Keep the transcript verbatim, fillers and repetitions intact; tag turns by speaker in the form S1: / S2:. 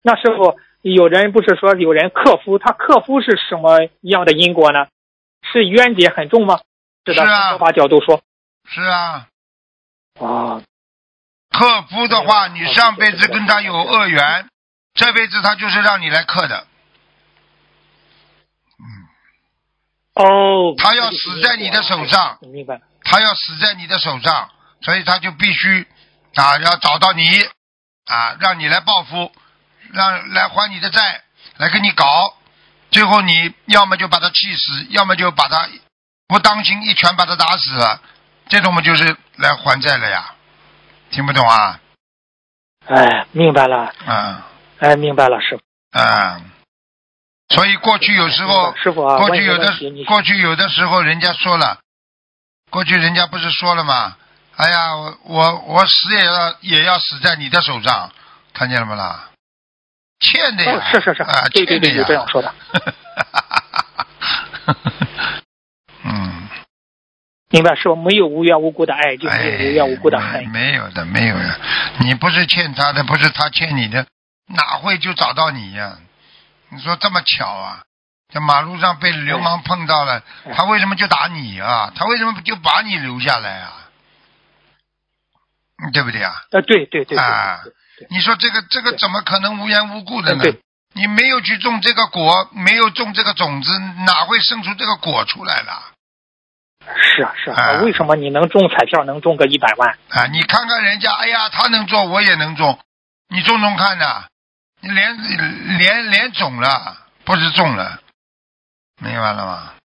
S1: 那师傅，有人不是说有人克夫，他克夫是什么样的因果呢？是冤结很重吗？是的，
S2: 是啊，
S1: 佛法角度说。
S2: 是啊。
S1: 啊，
S2: 克夫的话，你上辈子跟他有恶缘，这辈子他就是让你来克的。嗯。
S1: 哦。
S2: 他要死在你的手上。
S1: 明白。
S2: 他要死在你的手上，所以他就必须啊，要找到你啊，让你来报复，让来还你的债，来跟你搞。最后你要么就把他气死，要么就把他不当心一拳把他打死了，这种嘛就是来还债了呀。听不懂啊？
S1: 哎，明白了。
S2: 嗯。
S1: 哎，明白了，师傅。
S2: 嗯。所以过去有时候，
S1: 师傅啊，
S2: 过去有的过去有的时候人家说了，过去人家不是说了吗？哎呀，我我我死也要也要死在你的手上，看见了没啦？欠的呀。
S1: 哦、是是是。
S2: 啊，
S1: 对对对，
S2: 欠的呀。
S1: 这样说的。
S2: 嗯。
S1: 明白，师傅，没有无缘无故的爱，就没有无缘无故的恨。
S2: 哎、没, 没有的，没有的。你不是欠他的，不是他欠你的，哪会就找到你呀？你说这么巧啊？在马路上被流氓碰到了，
S1: 哎、
S2: 他为什么就打你啊？他为什么就把你留下来啊？对不对啊？
S1: 呃，对对对。
S2: 啊，你说这个这个怎么可能无缘无故的呢？你没有去种这个果，没有种这个种子，哪会生出这个果出来了？
S1: 是啊是啊，啊为什么你能中彩票能中个一百万
S2: 啊？你看看人家，哎呀，他能中，我也能中，你中中看呐，你连连连中了，不是中了，明白了吗？